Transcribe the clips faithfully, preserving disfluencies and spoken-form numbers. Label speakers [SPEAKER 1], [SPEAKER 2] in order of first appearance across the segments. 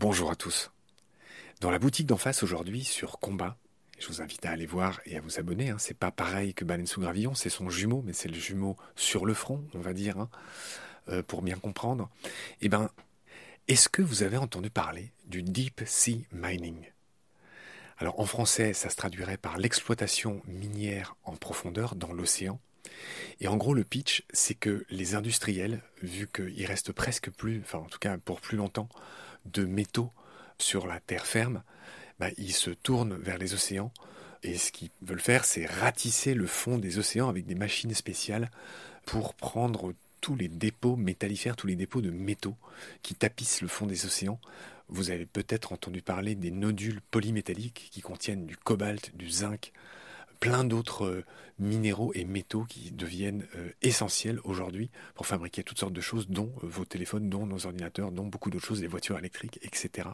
[SPEAKER 1] Bonjour à tous. Dans la boutique d'en face aujourd'hui sur Combat, je vous invite à aller voir et à vous abonner, hein. C'est pas pareil que Baleine sous Gravillon, c'est son jumeau, mais c'est le jumeau sur le front, on va dire, hein, euh, pour bien comprendre. Eh ben, est-ce que vous avez entendu parler du Deep Sea Mining? Alors en français, ça se traduirait par l'exploitation minière en profondeur dans l'océan. Et en gros, le pitch, c'est que les industriels, vu qu'il reste presque plus, enfin en tout cas pour plus longtemps, de métaux sur la terre ferme, bah, ils se tournent vers les océans. Et ce qu'ils veulent faire, c'est ratisser le fond des océans avec des machines spéciales pour prendre tous les dépôts métallifères, tous les dépôts de métaux qui tapissent le fond des océans. Vous avez peut-être entendu parler des nodules polymétalliques qui contiennent du cobalt, du zinc, plein d'autres euh, minéraux et métaux qui deviennent euh, essentiels aujourd'hui pour fabriquer toutes sortes de choses, dont euh, vos téléphones, dont nos ordinateurs, dont beaucoup d'autres choses, les voitures électriques, et cetera.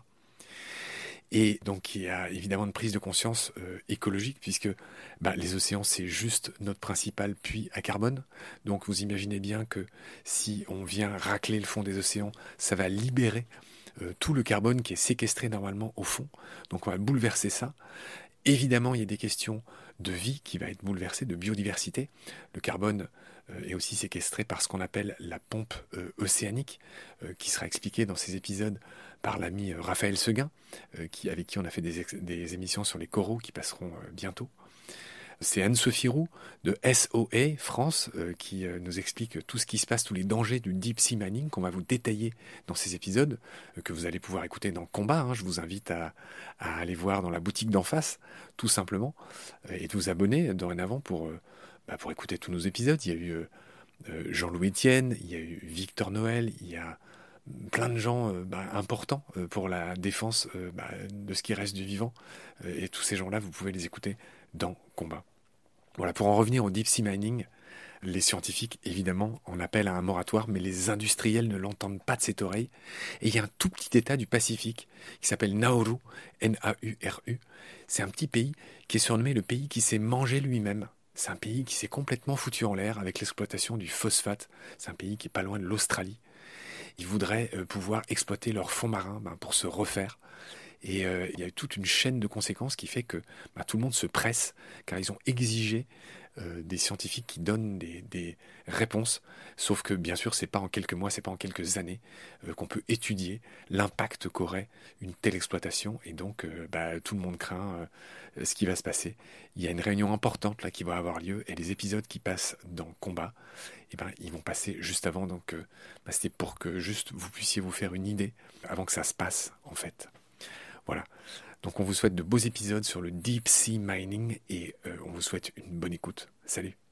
[SPEAKER 1] Et donc il y a évidemment une prise de conscience euh, écologique, puisque bah, les océans, c'est juste notre principal puits à carbone. Donc vous imaginez bien que si on vient racler le fond des océans, ça va libérer euh, tout le carbone qui est séquestré normalement au fond. Donc on va bouleverser ça. Évidemment, il y a des questions de vie qui va être bouleversée, de biodiversité. Le carbone euh, est aussi séquestré par ce qu'on appelle la pompe euh, océanique, euh, qui sera expliquée dans ces épisodes par l'ami euh, Raphaël Seguin, euh, qui, avec qui on a fait des, ex- des émissions sur les coraux qui passeront euh, bientôt. C'est Anne-Sophie Roux de S O A France euh, qui euh, nous explique tout ce qui se passe, tous les dangers du deep sea mining qu'on va vous détailler dans ces épisodes, euh, que vous allez pouvoir écouter dans Combat, hein. Je vous invite à, à aller voir dans la boutique d'en face, tout simplement, euh, et de vous abonner dorénavant pour, euh, bah, pour écouter tous nos épisodes. Il y a eu euh, euh, Jean-Louis Etienne, il y a eu Victor Noël, il y a plein de gens euh, bah, importants euh, pour la défense euh, bah, de ce qui reste du vivant. Euh, et tous ces gens-là, vous pouvez les écouter dans Combat. Voilà, pour en revenir au deep sea mining, les scientifiques, évidemment, en appellent à un moratoire, mais les industriels ne l'entendent pas de cette oreille. Et il y a un tout petit état du Pacifique qui s'appelle Nauru, N A U R U. C'est un petit pays qui est surnommé le pays qui s'est mangé lui-même. C'est un pays qui s'est complètement foutu en l'air avec l'exploitation du phosphate. C'est un pays qui est pas loin de l'Australie. Ils voudraient euh, pouvoir exploiter leurs fonds marins ben, pour se refaire. Et euh, il y a toute une chaîne de conséquences qui fait que bah, tout le monde se presse, car ils ont exigé euh, des scientifiques qui donnent des, des réponses. Sauf que bien sûr, c'est pas en quelques mois, c'est pas en quelques années euh, qu'on peut étudier l'impact qu'aurait une telle exploitation. Et donc, euh, bah, tout le monde craint euh, ce qui va se passer. Il y a une réunion importante là qui va avoir lieu, et les épisodes qui passent dans Combat, eh ben, ils vont passer juste avant. Donc, euh, bah, c'était pour que juste vous puissiez vous faire une idée avant que ça se passe, en fait. Voilà. Donc on vous souhaite de beaux épisodes sur le deep sea mining et euh, on vous souhaite une bonne écoute. Salut.